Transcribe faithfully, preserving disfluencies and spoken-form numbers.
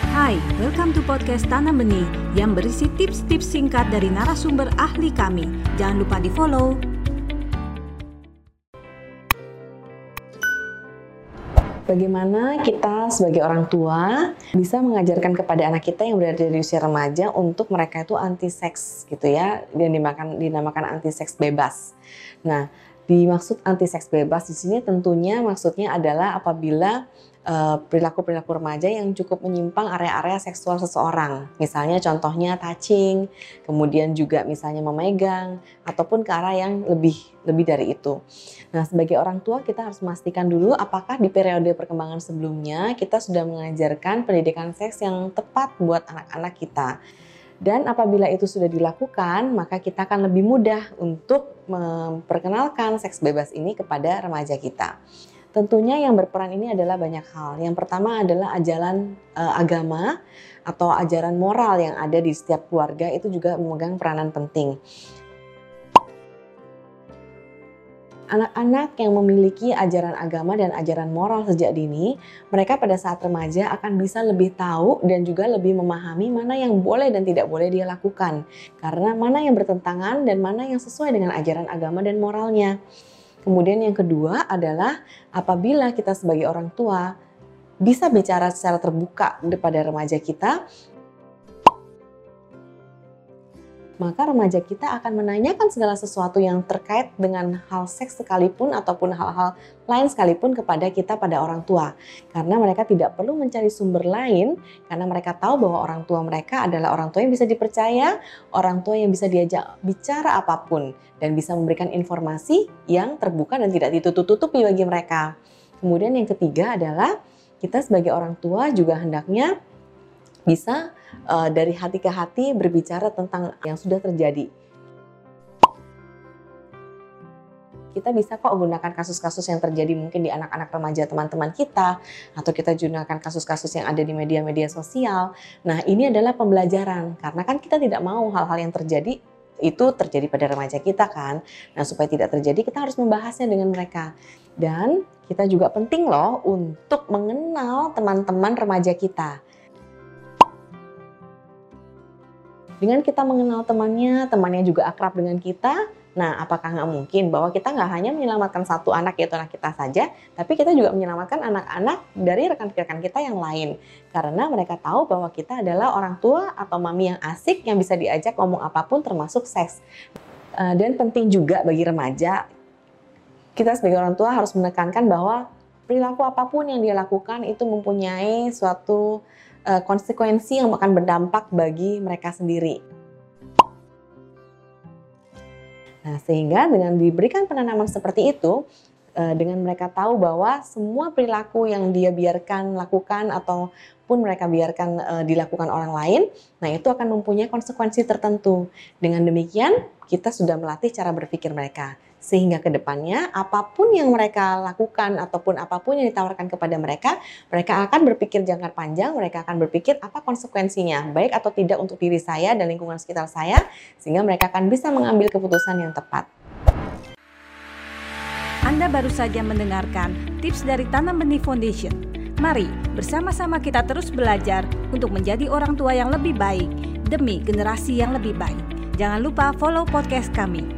Hai, welcome to podcast Tanam Benih yang berisi tips-tips singkat dari narasumber ahli kami. Jangan lupa di-follow. Bagaimana kita sebagai orang tua bisa mengajarkan kepada anak kita yang berada di usia remaja untuk mereka itu anti seks gitu ya, yang dinamakan dinamakan anti seks bebas. Nah, dimaksud anti seks bebas di sini tentunya maksudnya adalah apabila uh, perilaku-perilaku remaja yang cukup menyimpang area-area seksual seseorang. Misalnya contohnya touching, kemudian juga misalnya memegang ataupun ke arah yang lebih lebih dari itu. Nah, sebagai orang tua kita harus memastikan dulu apakah di periode perkembangan sebelumnya kita sudah mengajarkan pendidikan seks yang tepat buat anak-anak kita. Dan apabila itu sudah dilakukan, maka kita akan lebih mudah untuk memperkenalkan seks bebas ini kepada remaja kita. Tentunya yang berperan ini adalah banyak hal. Yang pertama adalah ajaran e, agama atau ajaran moral yang ada di setiap keluarga itu juga memegang peranan penting. Anak-anak yang memiliki ajaran agama dan ajaran moral sejak dini, mereka pada saat remaja akan bisa lebih tahu dan juga lebih memahami mana yang boleh dan tidak boleh dia lakukan. Karena mana yang bertentangan dan mana yang sesuai dengan ajaran agama dan moralnya. Kemudian yang kedua adalah apabila kita sebagai orang tua bisa bicara secara terbuka kepada remaja kita, maka remaja kita akan menanyakan segala sesuatu yang terkait dengan hal seks sekalipun ataupun hal-hal lain sekalipun kepada kita pada orang tua. Karena mereka tidak perlu mencari sumber lain karena mereka tahu bahwa orang tua mereka adalah orang tua yang bisa dipercaya, orang tua yang bisa diajak bicara apapun dan bisa memberikan informasi yang terbuka dan tidak ditutup-tutupi bagi mereka. Kemudian yang ketiga adalah kita sebagai orang tua juga hendaknya bisa uh, dari hati ke hati berbicara tentang yang sudah terjadi. Kita bisa kok gunakan kasus-kasus yang terjadi mungkin di anak-anak remaja teman-teman kita, atau kita gunakan kasus-kasus yang ada di media-media sosial. Nah, ini adalah pembelajaran, karena kan kita tidak mau hal-hal yang terjadi itu terjadi pada remaja kita kan. Nah, supaya tidak terjadi kita harus membahasnya dengan mereka. Dan kita juga penting loh untuk mengenal teman-teman remaja kita. Dengan kita mengenal temannya, temannya juga akrab dengan kita, nah apakah nggak mungkin bahwa kita nggak hanya menyelamatkan satu anak, yaitu anak kita saja, tapi kita juga menyelamatkan anak-anak dari rekan-rekan kita yang lain. Karena mereka tahu bahwa kita adalah orang tua atau mami yang asik yang bisa diajak ngomong apapun termasuk seks. Dan penting juga bagi remaja, kita sebagai orang tua harus menekankan bahwa perilaku apapun yang dia lakukan itu mempunyai suatu konsekuensi yang akan berdampak bagi mereka sendiri. Nah, sehingga dengan diberikan penanaman seperti itu, dengan mereka tahu bahwa semua perilaku yang dia biarkan lakukan ataupun mereka biarkan dilakukan orang lain, nah itu akan mempunyai konsekuensi tertentu. Dengan demikian, kita sudah melatih cara berpikir mereka. Sehingga ke depannya apapun yang mereka lakukan ataupun apapun yang ditawarkan kepada mereka, mereka akan berpikir jangka panjang, mereka akan berpikir apa konsekuensinya, baik atau tidak untuk diri saya dan lingkungan sekitar saya, sehingga mereka akan bisa mengambil keputusan yang tepat. Anda baru saja mendengarkan tips dari Tanam Benih Foundation. Mari bersama-sama kita terus belajar untuk menjadi orang tua yang lebih baik demi generasi yang lebih baik. Jangan lupa follow podcast kami.